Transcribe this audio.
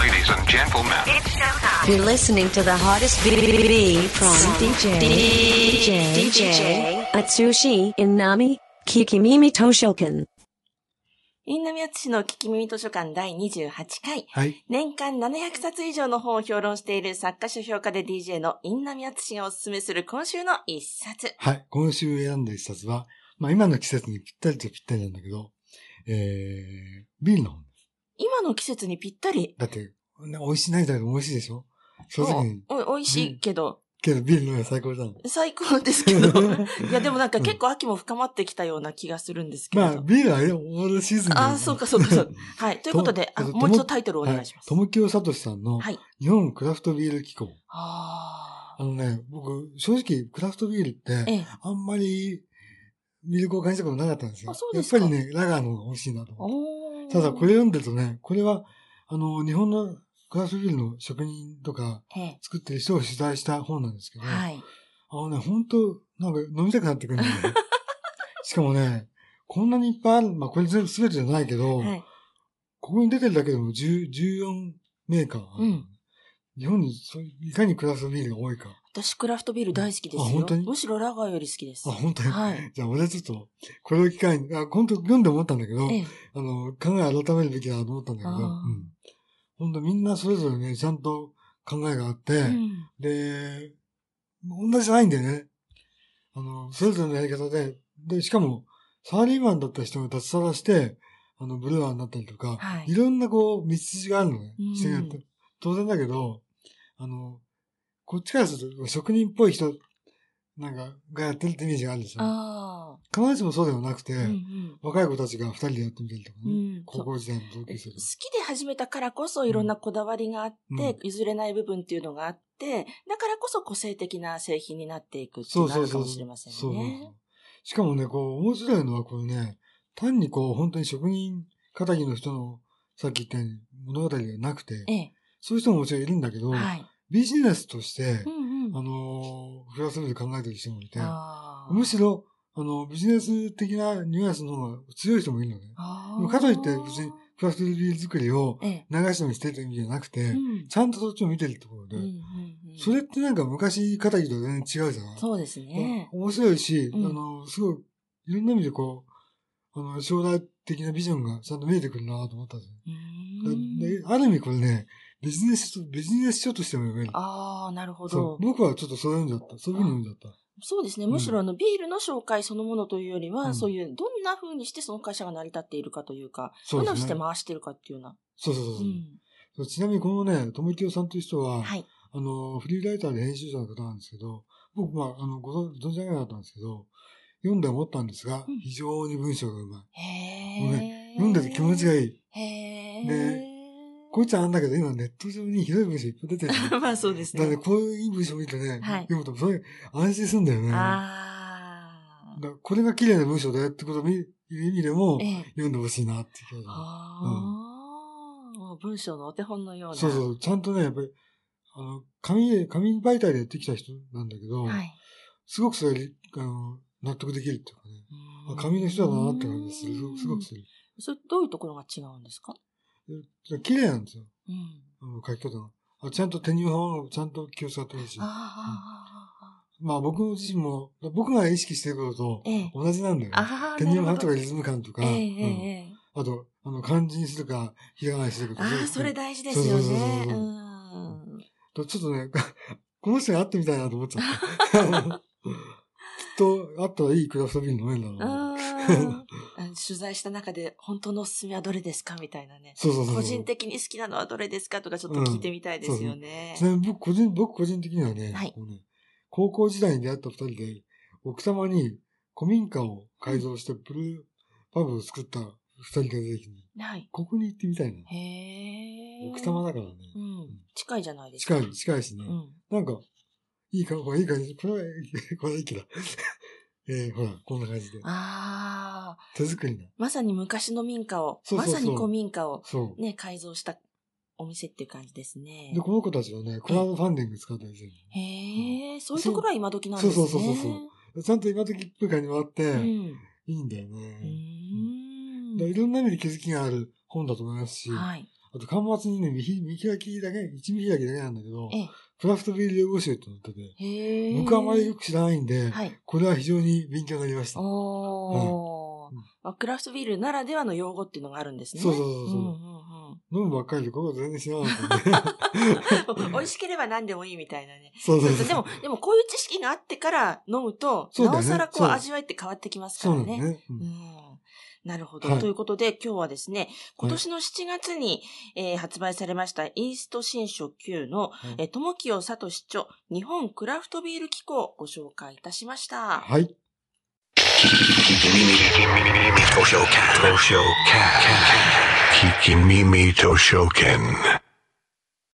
Ladies and gentlemen, You're listening to the hottest BBB from DJ Atsushi Inami Kikimimi Toshokan。 印南敦の聞き耳図書館第28回、 はい。 年間700冊以上の本を評論している作家書評家で DJ の印南敦がおすすめする今週の一冊。 はい。今週選んだ一冊は、今の季節にぴったりとぴったりなんだけど、ビールの本。 今の季節にぴったり。 だって、美味しいないだけど美味しいでしょ？正直に。 美味しいけど。 ビールの方が最高だもん。 最高ですけど。いや、でもなんか結構秋も深まってきたような気がするんですけど。 ビールはオールシーズンああ、そうか。はい。ということで、もう一度タイトルをお願いします。 友清聡さんの、日本クラフトビール機構。僕、正直、クラフトビールって、あんまり、魅力を感じたことなかったんですよ。やっぱりね、ラガーの方が美味しいなと思って。ただ、これ読んでるとね、これは、日本のクラフトビールの職人とか、作ってる人を取材した本なんですけど、本当なんか飲みたくなってくるんだよね。しかもね、こんなにいっぱいある、これ全部全てじゃないけど、ここに出てるだけでも14メーカー。日本にいかにクラフトビールが多いか。 私クラフトビール大好きですよ。 本当に？ むしろラガーより好きです。 本当に？ はい。 じゃあ俺ちょっと、これを機会に、本当読んで思ったんだけど、考え改めるべきだと思ったんだけど、本当みんなそれぞれね、ちゃんと考えがあって、で、同じじゃないんだよね。それぞれのやり方で、しかも、サラリーマンだった人が脱サラして、ブルワーになったりとか、いろんな道筋があるのね。人によって。当然だけど、こっちからすると職人っぽい人がやってるってイメージがあるでしょ。必ずしもそうではなくて、若い子たちが2人でやってみたりとかね。高校時代の同級生とか。 好きで始めたからこそいろんなこだわりがあって、譲れない部分っていうのがあって、だからこそ個性的な製品になっていくっていうのがあるかもしれませんね。そう。 しかもね、面白いのはこれね、単に本当に職人仇の人の、さっき言ったように物語がなくて、そういう人ももちろんいるんだけど、ビジネスとして、フランスで考えてる人もいて、むしろ、ビジネス的なニュアンスの方が強い人もいるのね。でもかといって別にクラフトビール作りを流しのにしてるという意味じゃなくて、ちゃんとそっちを見てるってことで、それって昔仇と全然違うじゃない？ そうですね。 面白いし、すごい、いろんな意味で将来的なビジョンがちゃんと見えてくるなと思ったんですよ。ある意味これね、ビジネス書としても読める。 なるほど。 僕はちょっとそういうふうに読んじゃった。 そうですね。むしろビールの紹介そのものというよりは、そういうどんな風にしてその会社が成り立っているかというか、どんな風にして回しているかっていうような。 そう。ちなみにこのね、友清さんという人は、フリーライターで編集者の方なんですけど、僕ご存じ上げなかったんですけど、読んで思ったんですが、非常に文章がうまい。もうね、読んでて気持ちがいい。で、こいつはあんだけど、今ネット上にひどい文章いっぱい出てる。 そうですね。 だからこういういい文章を見てね、読むと、それ安心するんだよね。だこれが綺麗な文章だよってことを意味でも、読んでほしいなって気がする。 文章のお手本のような。 そう。ちゃんとね、やっぱり、紙媒体でやってきた人なんだけど、すごくそれ、納得できるっていうかね。紙の人だなって感じすごくする。 それどういうところが違うんですか？ 綺麗なんですよ。書き方が。ちゃんと手にをちゃんと気を使ってほしい。僕自身も、僕が意識してることと同じなんだよね。手にをとかリズム感とか、あと、漢字にするか、ひらがなにするか。 それ大事ですよね。 ちょっとね、この人に会ってみたいなと思っちゃった。きっと、あったらいいクラフトビール飲めるんだろうな。 取材した中で本当のおすすめはどれですかみたいなね。 そう。 個人的に好きなのはどれですかとかちょっと聞いてみたいですよね。 ちなみに僕個人的にはね、高校時代に出会った二人で、奥多摩に古民家を改造してブルーパブを作った二人が出てきて、ここに行ってみたいな。奥多摩だからね。 近いじゃないですか。 近いしね。なんか、いい感じ。これいい気だ。ほら、こんな感じで。手作りな。 まさに昔の民家を、まさに古民家をね、改造したお店っていう感じですね。 で、この子たちはね、クラウドファンディング使ったりする。 そういうところは今時なんですね。 そう。ちゃんと今時っぽい感じもあって、いいんだよね。いろんな意味で気づきがある本だと思いますし、 あと、端末にね、見開きだけ、一見開きだけなんだけど、クラフトビール用語集って載ってて、僕はあまりよく知らないんで、これは非常に勉強になりました。 クラフトビールならではの用語っていうのがあるんですね。 そう。飲むばっかりで、これは全然知らなかったんで。 美味しければ何でもいいみたいなね。 そう。 でもこういう知識があってから飲むと、なおさらこう味わいって変わってきますからね。なるほど、ということで、今日はですね、今年の7月に、発売されましたイースト新書9の、友清聡著日本クラフトビール機構をご紹介いたしました。 はい。 Kikimimi Toshoken.